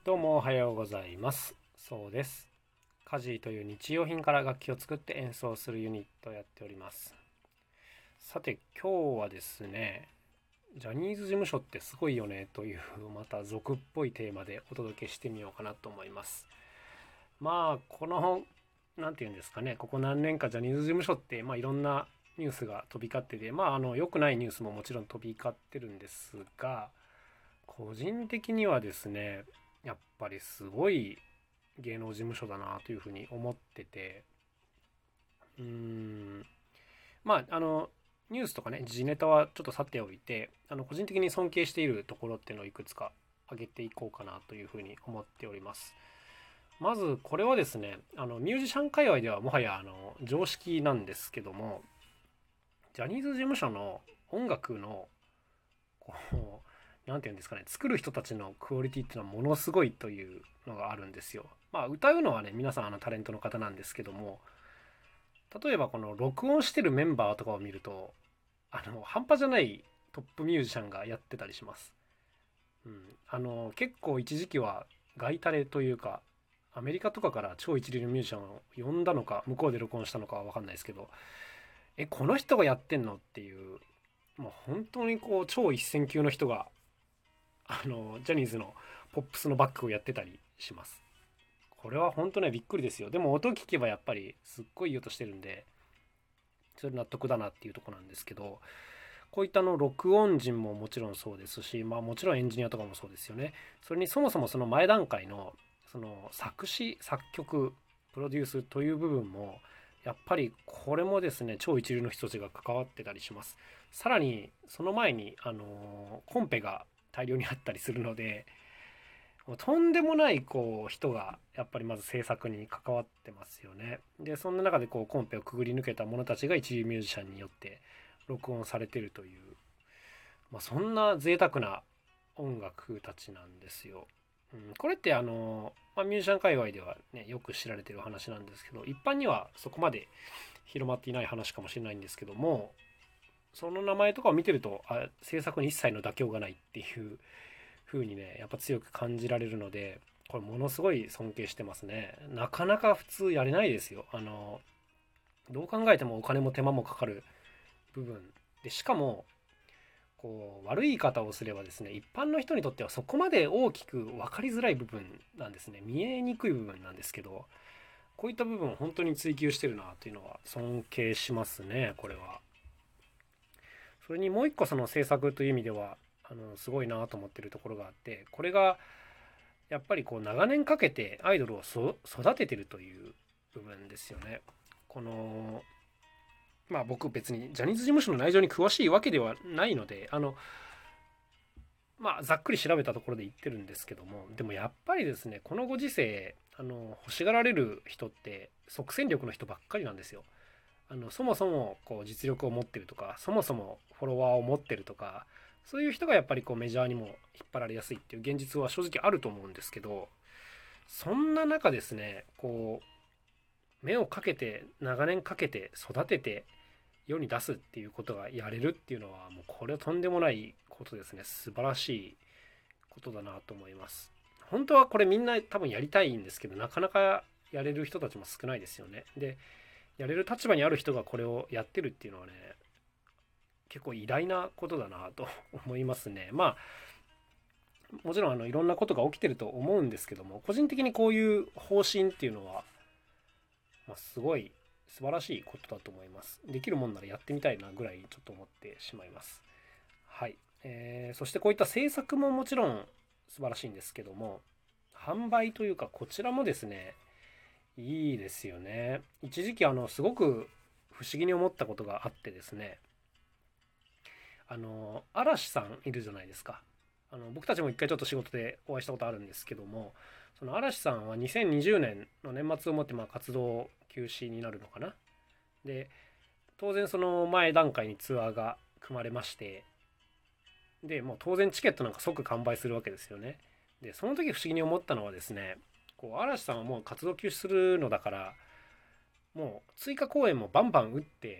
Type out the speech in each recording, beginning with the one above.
どうもおはようございます。そうです。家事という日用品から楽器を作って演奏するユニットをやっております。さて今日はですね、ジャニーズ事務所ってすごいよねというまた俗っぽいテーマでお届けしてみようかなと思います。この何て言うんですかね、ここ何年かジャニーズ事務所っていろんなニュースが飛び交ってて、良くないニュースももちろん飛び交ってるんですが、個人的にはですね、やっぱりすごい芸能事務所だなというふうに思ってて、うーんまああのニュースとかね、時事ネタはちょっと去っておいて、個人的に尊敬しているところっていうのをいくつか挙げていこうかなというふうに思っております。まずこれはですね、ミュージシャン界隈ではもはや常識なんですけども、ジャニーズ事務所の音楽のこうなんていうんですかね、作る人たちのクオリティっていうのはものすごいというのがあるんですよ。歌うのはね、皆さんタレントの方なんですけども、例えばこの録音してるメンバーとかを見ると、半端じゃないトップミュージシャンがやってたりします。結構一時期はガイタレというか、アメリカとかから超一流のミュージシャンを呼んだのか、向こうで録音したのかは分かんないですけど、この人がやってんのっていう、もう本当に超一線級の人がジャニーズのポップスのバックをやってたりします。これは本当ね、びっくりですよ。でも音聞けばやっぱりすっごいいい音してるんで、それ納得だなっていうとこなんですけど、こういった録音陣ももちろんそうですし、もちろんエンジニアとかもそうですよね。それにそもそもその前段階のその作詞作曲プロデュースという部分も、やっぱりこれもですね、超一流の人たちが関わってたりします。さらにその前にコンペが大量にあったりするので、もうとんでもない人がやっぱりまず制作に関わってますよね。でそんな中でコンペをくぐり抜けた者たちが一流ミュージシャンによって録音されてるという、そんな贅沢な音楽たちなんですよ。これってミュージシャン界隈ではね、よく知られてる話なんですけど、一般にはそこまで広まっていない話かもしれないんですけども、その名前とかを見てると、制作に一切の妥協がないっていう風にね、やっぱ強く感じられるので、これものすごい尊敬してますね。なかなか普通やれないですよ。どう考えてもお金も手間もかかる部分で、しかも悪い言い方をすればですね、一般の人にとってはそこまで大きく分かりづらい部分なんですね。見えにくい部分なんですけど、こういった部分を本当に追求してるなというのは尊敬しますね、これは。それにもう一個、その制作という意味ではすごいなと思ってるところがあって、これがやっぱり長年かけてアイドルを育ててるという部分ですよね。この僕別にジャニーズ事務所の内情に詳しいわけではないので、ざっくり調べたところで言ってるんですけども、でもやっぱりですね、このご時世欲しがられる人って即戦力の人ばっかりなんですよ。そもそも実力を持ってるとか、そもそもフォロワーを持ってるとか、そういう人がやっぱりメジャーにも引っ張られやすいっていう現実は正直あると思うんですけど、そんな中ですね、目をかけて長年かけて育てて世に出すっていうことがやれるっていうのは、もうこれはとんでもないことですね。素晴らしいことだなと思います。本当はこれみんな多分やりたいんですけど、なかなかやれる人たちも少ないですよね。で、やれる立場にある人がこれをやってるっていうのはね、結構偉大なことだなと思いますね。もちろんいろんなことが起きてると思うんですけども、個人的にこういう方針っていうのは、すごい素晴らしいことだと思います。できるもんならやってみたいなぐらいちょっと思ってしまいます。はい。そしてこういった制作ももちろん素晴らしいんですけども、販売というかこちらもですね、いいですよね。一時期すごく不思議に思ったことがあってですね、嵐さんいるじゃないですか。僕たちも一回ちょっと仕事でお会いしたことあるんですけども、その嵐さんは2020年の年末をもって活動休止になるのかな。で、当然その前段階にツアーが組まれまして、でもう当然チケットなんか即完売するわけですよね。でその時不思議に思ったのはですね、嵐さんはもう活動休止するのだから、もう追加公演もバンバン打って、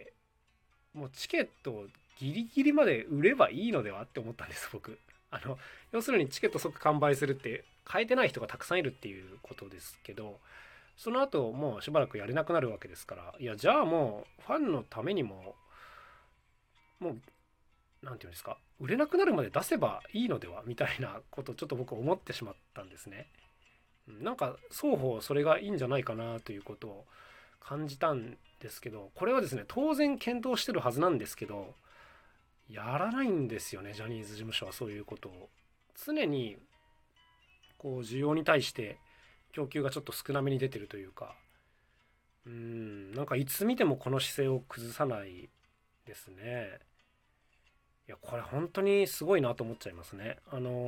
もうチケットをギリギリまで売ればいいのではって思ったんです僕。 要するにチケット即完売するって買えてない人がたくさんいるっていうことですけど、その後もうしばらくやれなくなるわけですから、いやじゃあもうファンのためにももうなんていうんですか、売れなくなるまで出せばいいのではみたいなことをちょっと僕思ってしまったんですね。なんか双方それがいいんじゃないかなということを感じたんですけど、これはですね当然検討してるはずなんですけど、やらないんですよね、ジャニーズ事務所はそういうことを。常にこう需要に対して供給がちょっと少なめに出てるというか、なんかいつ見てもこの姿勢を崩さないですね。いやこれ本当にすごいなと思っちゃいますね。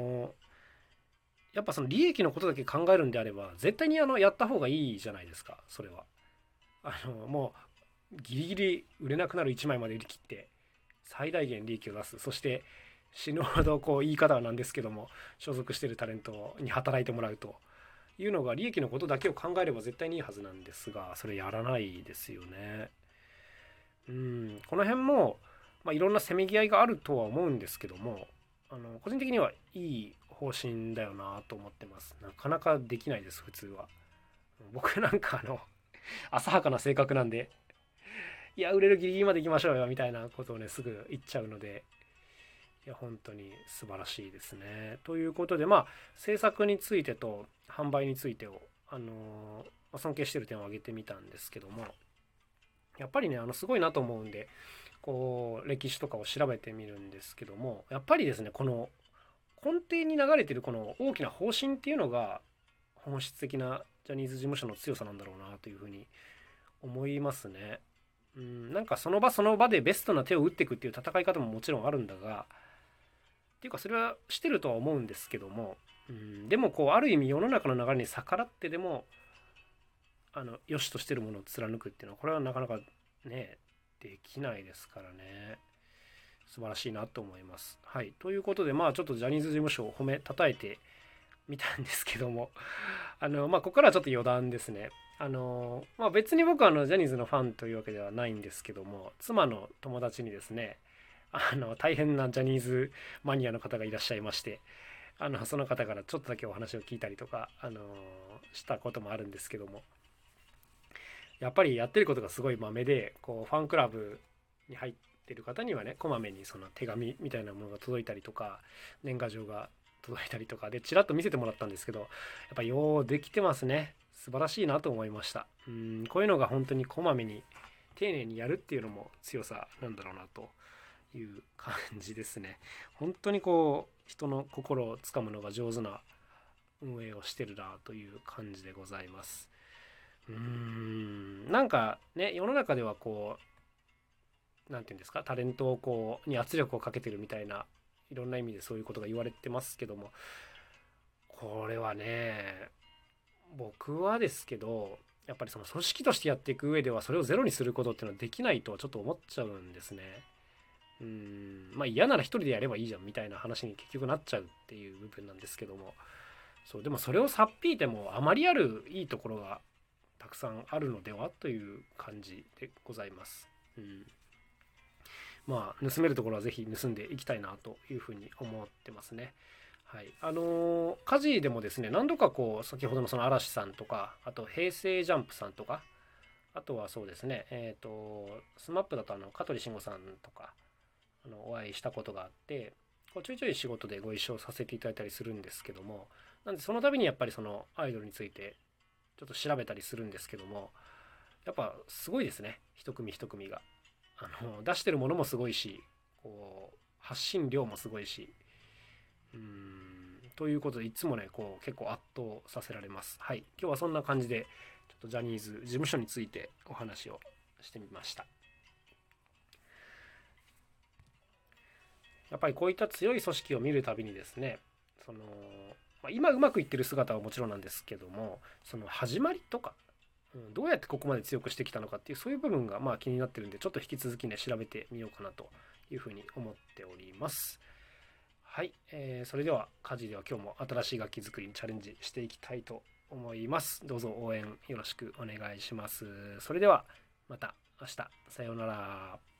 やっぱその利益のことだけ考えるんであれば絶対にやった方がいいじゃないですか、それは。もうギリギリ売れなくなる1枚まで売り切って最大限利益を出す、そして死ぬほどこう言い方はなんですけども所属してるタレントに働いてもらうというのが利益のことだけを考えれば絶対にいいはずなんですが、それやらないですよね。この辺も、いろんなせめぎ合いがあるとは思うんですけども、個人的にはいい方針だよなと思ってます。なかなかできないです普通は。僕なんか浅はかな性格なんで、いや売れるギリギリまで行きましょうよみたいなことをねすぐ言っちゃうので、いや本当に素晴らしいですね。ということで制作についてと販売についてを尊敬している点を挙げてみたんですけども、やっぱりねすごいなと思うんで、こう歴史とかを調べてみるんですけども、やっぱりですねこの根底に流れてるこの大きな方針っていうのが本質的なジャニーズ事務所の強さなんだろうなというふうに思いますね。なんかその場その場でベストな手を打っていくっていう戦い方ももちろんあるんだが、っていうかそれはしてるとは思うんですけども、でもこうある意味世の中の流れに逆らってでも良しとしてるものを貫くっていうのはこれはなかなかねできないですからね。素晴らしいなと思います。はい、ということでちょっとジャニーズ事務所を褒めたたえてみたんですけどもここからはちょっと余談ですね。別に僕はジャニーズのファンというわけではないんですけども、妻の友達にですね大変なジャニーズマニアの方がいらっしゃいまして、その方からちょっとだけお話を聞いたりとか、したこともあるんですけども、やっぱりやってることがすごいまめで、こうファンクラブに入ってる方にはねこまめにその手紙みたいなものが届いたりとか年賀状が届いたりとかでちらっと見せてもらったんですけど、やっぱようできてますね。素晴らしいなと思いました。こういうのが本当にこまめに丁寧にやるっていうのも強さなんだろうなという感じですね。本当にこう人の心をつかむのが上手な運営をしてるなという感じでございます。なんかね世の中ではこうなんていうんですか、タレントをこうに圧力をかけてるみたいないろんな意味でそういうことが言われてますけども、これはね僕はですけどやっぱりその組織としてやっていく上ではそれをゼロにすることっていうのはできないとちょっと思っちゃうんですね。嫌なら一人でやればいいじゃんみたいな話に結局なっちゃうっていう部分なんですけども、そうでもそれをさっぴいてもあまりあるいいところがたくさんあるのではという感じでございます。盗めるところはぜひ盗んでいきたいなというふうに思ってますね。はい、家事でもですね何度かこう先ほどのその嵐さんとか、あと平成ジャンプさんとか、あとはそうですねスマップだと香取慎吾さんとかお会いしたことがあって、こうちょいちょい仕事でご一緒させていただいたりするんですけども、なんでその度にやっぱりそのアイドルについてちょっと調べたりするんですけども、やっぱすごいですね、一組一組が出してるものもすごいし、こう発信量もすごいし、ということでいつもねこう結構圧倒させられます。はい、今日はそんな感じでちょっとジャニーズ事務所についてお話をしてみました。やっぱりこういった強い組織を見るたびにですね、今うまくいってる姿はもちろんなんですけども、その始まりとか、どうやってここまで強くしてきたのかっていうそういう部分が気になってるんで、ちょっと引き続きね調べてみようかなというふうに思っております。はい、それでは家事では今日も新しい楽器作りにチャレンジしていきたいと思います。どうぞ応援よろしくお願いします。それではまた明日、さようなら。